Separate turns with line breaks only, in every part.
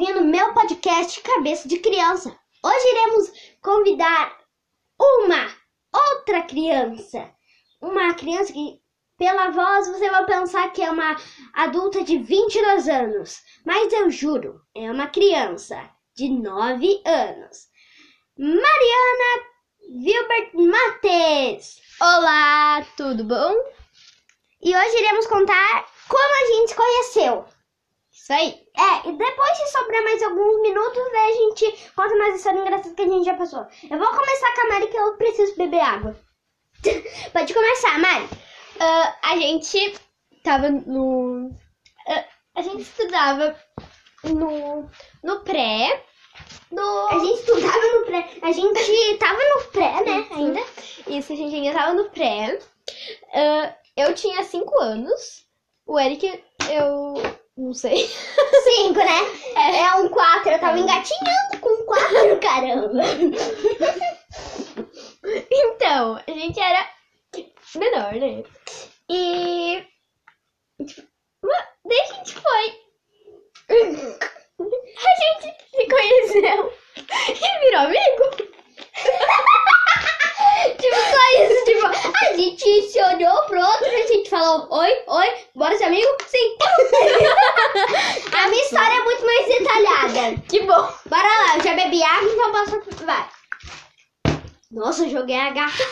ouvindo meu podcast Cabeça de Criança. Hoje iremos convidar uma outra criança. Uma criança que, pela voz, você vai pensar que é uma adulta de 22 anos. Mas eu juro, é uma criança de 9 anos. Mariana Wilbert Mates.
Olá, tudo bom?
E hoje iremos contar como a gente se conheceu.
Isso aí.
E depois, se sobrar mais alguns minutos, daí a gente conta mais história engraçada que a gente já passou. Eu vou começar com a Mari, que eu preciso beber água. Pode começar, Mari.
A gente tava no... a gente estudava no pré.
A gente estudava no pré. A gente tava no pré, né, ainda.
Isso, a gente ainda tava no pré. Eu tinha 5 anos. O Eric, eu não sei.
5, né? É um 4. Eu tava engatinhando com 4, caramba.
Então, a gente era menor, né? E daí a gente foi. A gente se conheceu e virou amigo.
Tipo, só isso, tipo, a gente se olhou pro outro e a gente falou, oi, bora ser amigo? Sim. A minha história é muito mais detalhada.
Que bom.
Bora lá, eu já bebi água, então posso... Vai. Nossa, eu joguei a garrafa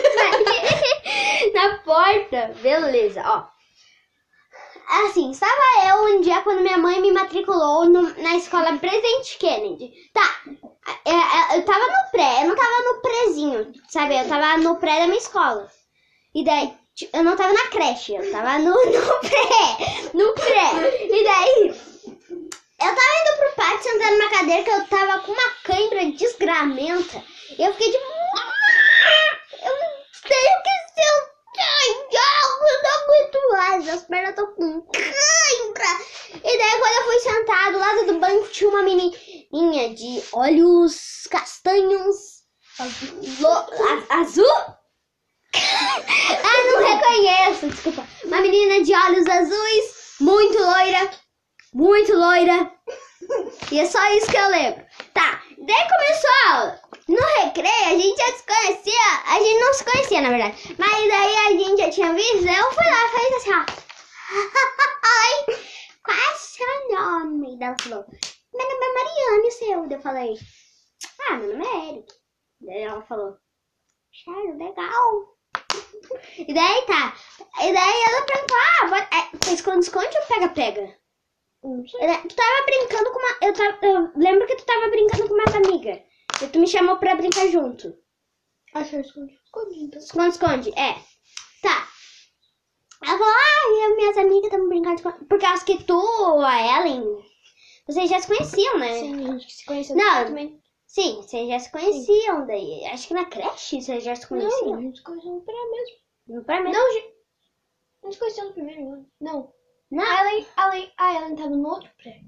na porta. Beleza, ó. Assim, estava eu um dia quando minha mãe me matriculou na escola Presidente Kennedy. Tá, eu tava no pré, eu não tava no prézinho, sabe? Eu tava no pré da minha escola. E daí, eu não tava na creche, eu tava no pré. E daí, eu tava indo pro pátio, sentando numa cadeira que eu tava com uma cãibra desgramenta. E eu fiquei tipo... Eu tenho que sentar. Eu não aguento mais, as pernas estão com cãibra. E daí, quando eu fui sentar do lado do banco, tinha uma menininha de olhos castanhos. Azul? Não reconheço, desculpa. Uma menina de olhos azuis, muito loira. E é só isso que eu lembro. Tá, daí começou a aula. No recreio, a gente já se conhecia. A gente não se conhecia, na verdade. Mas daí a gente já tinha visto. Eu fui lá e falei assim, ó. Oi, qual é o seu nome? Daí ela falou, meu nome é Mariana, e o seu? Daí eu falei, meu nome é Eric. Daí ela falou, sério, legal. E daí tá. E daí ela perguntou, esconde-esconde ou pega-pega? Tu tava brincando com uma... Eu lembro que tu tava brincando com umas amigas. E tu me chamou pra brincar junto.
Acho que esconde, então.
Esconde, Tá. Ela falou, eu e minhas amigas estamos brincando por causa que tu, a Ellen, vocês já se conheciam, né?
Sim, a gente se conheceu também.
Sim, vocês já se conheciam daí. Acho que na creche vocês já se conheciam.
Não, a gente se conheceu no pré mesmo.
No pré mesmo?
Não, a gente se conheceu no primeiro ano. Não.
Não.
A Ellen tava no outro pré.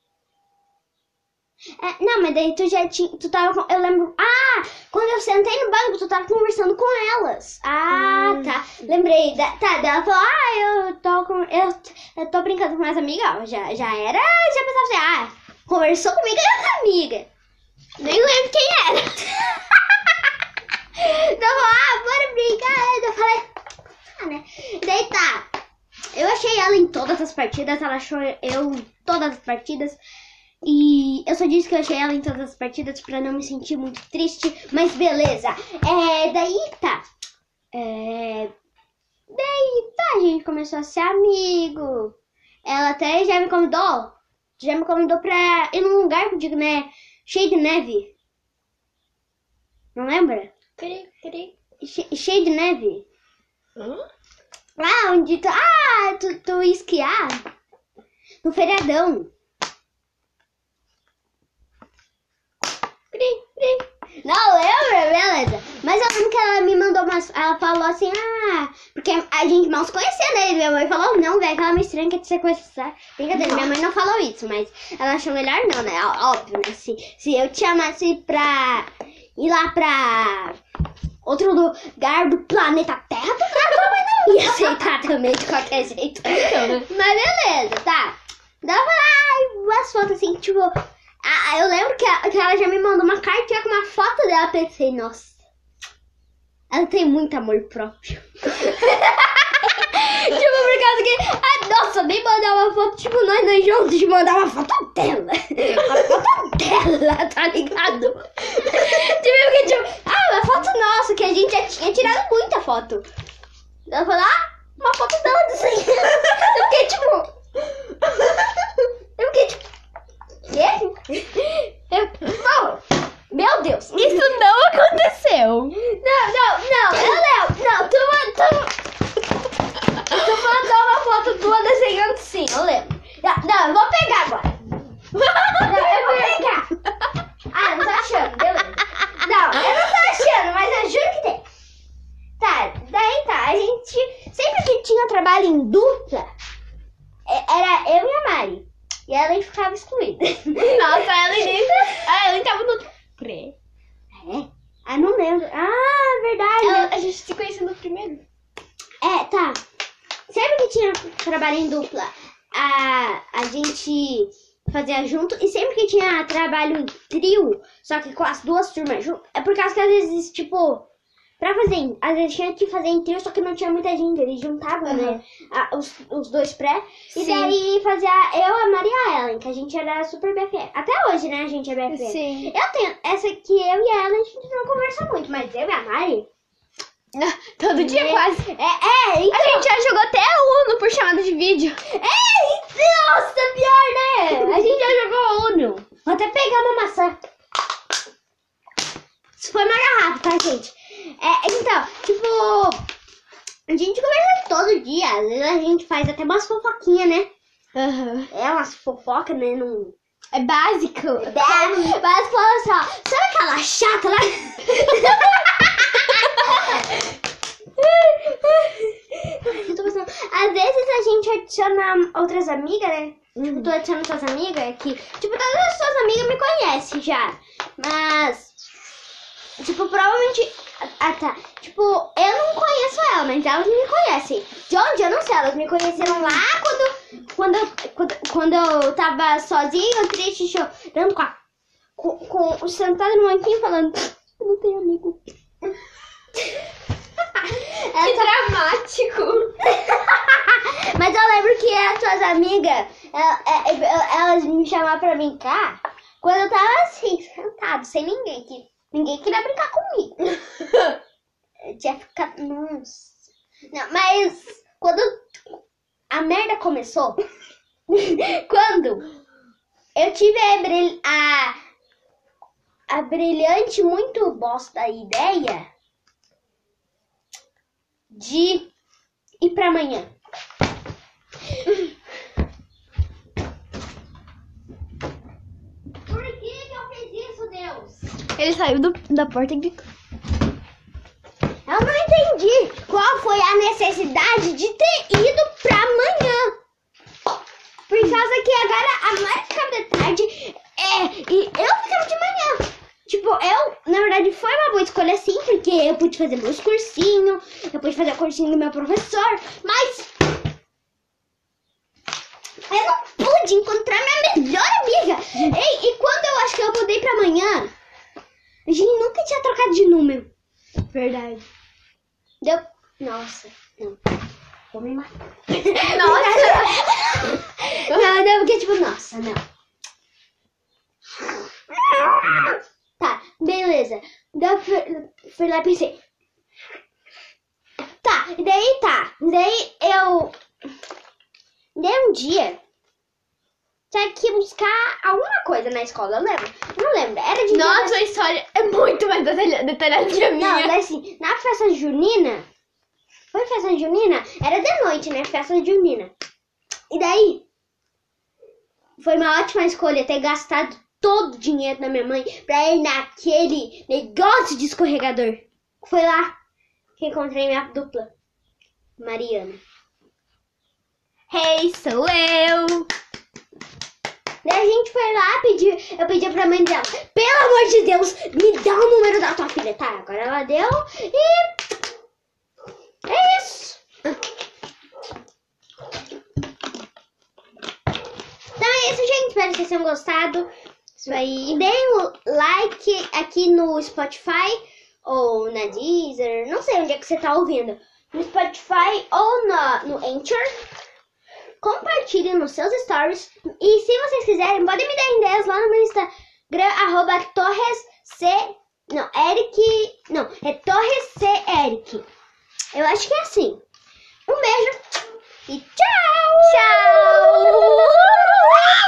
Não, mas daí tu tava com... Eu lembro... quando eu sentei no banco, tu tava conversando com elas. Tá. Lembrei. Daí ela falou, eu tô brincando com minhas amigas. Ó, já pensava assim, conversou comigo e com amiga. Nem lembro quem era. Então eu falei, bora brincar. Eu falei, né? Daí tá. Eu achei ela em todas as partidas, ela achou eu em todas as partidas. E eu só disse que eu achei ela em todas as partidas pra não me sentir muito triste, mas beleza. Daí tá. A gente começou a ser amigo. Ela até já me convidou pra ir num lugar que eu digo, né? Cheio de neve. Não lembra?
Peraí.
Cheio de neve. Onde tu ia esquiar? No feriadão. Não lembra? Beleza. Mas eu lembro que ela me mandou ela falou assim, porque a gente mal se conhecia, né? E minha mãe falou, não, velho, aquela meio estranha que te sequestrar. Brincadeira, minha mãe não falou isso, mas ela achou melhor não, né? Óbvio, né? Se eu te chamasse pra ir lá pra outro lugar do planeta Terra, tua mãe não ia aceitar também de qualquer jeito. Então, né? Mas beleza, tá. Dava lá umas fotos assim, tipo... Eu lembro que ela já me mandou uma cartinha com uma foto dela. Eu pensei, nossa, ela tem muito amor próprio. Tipo, por causa que... nossa, nem mandar uma foto, tipo, nós dois juntos, de mandar uma foto dela. Uma foto dela, tá ligado? Uma foto nossa, que a gente já tinha tirado muita foto. Ela falou, uma foto dela desenhando. Eu fiquei tipo... Quê? Meu Deus.
Isso não aconteceu.
Não, tu mandou uma foto tua desenhando sim, eu lembro. Não, eu vou pegar agora. Não, eu vou pegar. Não tá achando, beleza. Não, eu não tô achando, mas eu juro que tem. Tá, daí tá, a gente, sempre que tinha trabalho em dupla, era eu e a Mari. E a Ellen ficava excluída.
Nossa, a Ellen tava no pré.
Não lembro. Verdade.
A gente se conheceu no primeiro.
Tá. Sempre que tinha trabalho em dupla, a gente fazia junto. E sempre que tinha trabalho em trio, só que com as duas turmas junto, é por causa que às vezes, tipo, às vezes tinha que fazer em trio, só que não tinha muita gente. Eles juntavam, né, os dois pré. E daí fazia eu, a Maria e a Ellen, que a gente era super BFF. Até hoje, né, a gente é BFF.
Sim.
Eu tenho essa que eu e a Ellen, a gente não conversa muito, mas eu e a Mari...
Todo dia quase.
Então...
A gente já jogou até Uno por chamada de vídeo.
Nossa, pior, né? A gente já jogou Uno. Vou até pegar uma maçã. Isso foi uma garrafa, tá, gente? Então, tipo... A gente conversa todo dia. Às vezes a gente faz até umas fofoquinhas, né? Umas fofocas, né? Não...
É básico.
Mas fala só, sabe aquela chata lá? Às vezes a gente adiciona outras amigas, né? Tipo, tu adiciona suas amigas que... Tipo, todas as suas amigas me conhecem já. Mas... Tipo, provavelmente... tá. Tipo, eu não conheço ela, mas elas me conhecem. De onde? Eu não sei. Elas me conheceram lá quando eu tava sozinha, triste, chorando, sentada no banquinho falando... Eu não tenho amigo.
Que dramático.
Mas eu lembro que as suas amigas, elas me chamavam pra brincar quando eu tava assim, sentado, sem ninguém. Que ninguém queria brincar comigo. Eu tinha ficado... Nossa. Não, mas quando a merda começou, quando eu tive a brilhante, muito bosta ideia de ir pra amanhã. Por que eu fiz isso, Deus?
Ele saiu da porta e gritou.
Eu não entendi qual foi a necessidade de ter ido pra amanhã. Por causa que agora a Mari ficava de tarde e eu ficava de manhã. Tipo, na verdade, foi uma boa escolha sim, porque eu pude fazer meus cursinhos, eu pude fazer o cursinho do meu professor, mas eu não pude encontrar minha melhor amiga. E quando eu acho que eu mudei pra amanhã, a gente nunca tinha trocado de número.
Verdade.
Nossa, não. Vou me matar.
Nossa.
Não, porque tipo, nossa, não. Tá, beleza. Daí eu fui lá e pensei. Tá, daí eu... Daí um dia... Tinha que buscar alguma coisa na escola, eu lembro. Eu não lembro, era de...
Nossa, a história é muito mais detalhada que a minha.
Não, daí assim, na festa junina... Foi festa junina? Era de noite, né? Festa junina. E daí... Foi uma ótima escolha ter gastado todo o dinheiro da minha mãe pra ir naquele negócio de escorregador. Foi lá que encontrei minha dupla, Mariana.
Hey, sou eu.
Daí a gente foi lá, eu pedi pra mãe dela, pelo amor de Deus, me dá o número da tua filha. Tá, agora ela deu e... É isso. Então é isso, gente. Espero que vocês tenham gostado.
Isso aí.
Deem o like aqui no Spotify ou na Deezer. Não sei onde é que você tá ouvindo. No Spotify ou no Anchor. Compartilhe nos seus stories. E se vocês quiserem, podem me dar ideias lá no meu Instagram, @torresc. Não, Eric. Não, é Torres C. Eric. Eu acho que é assim.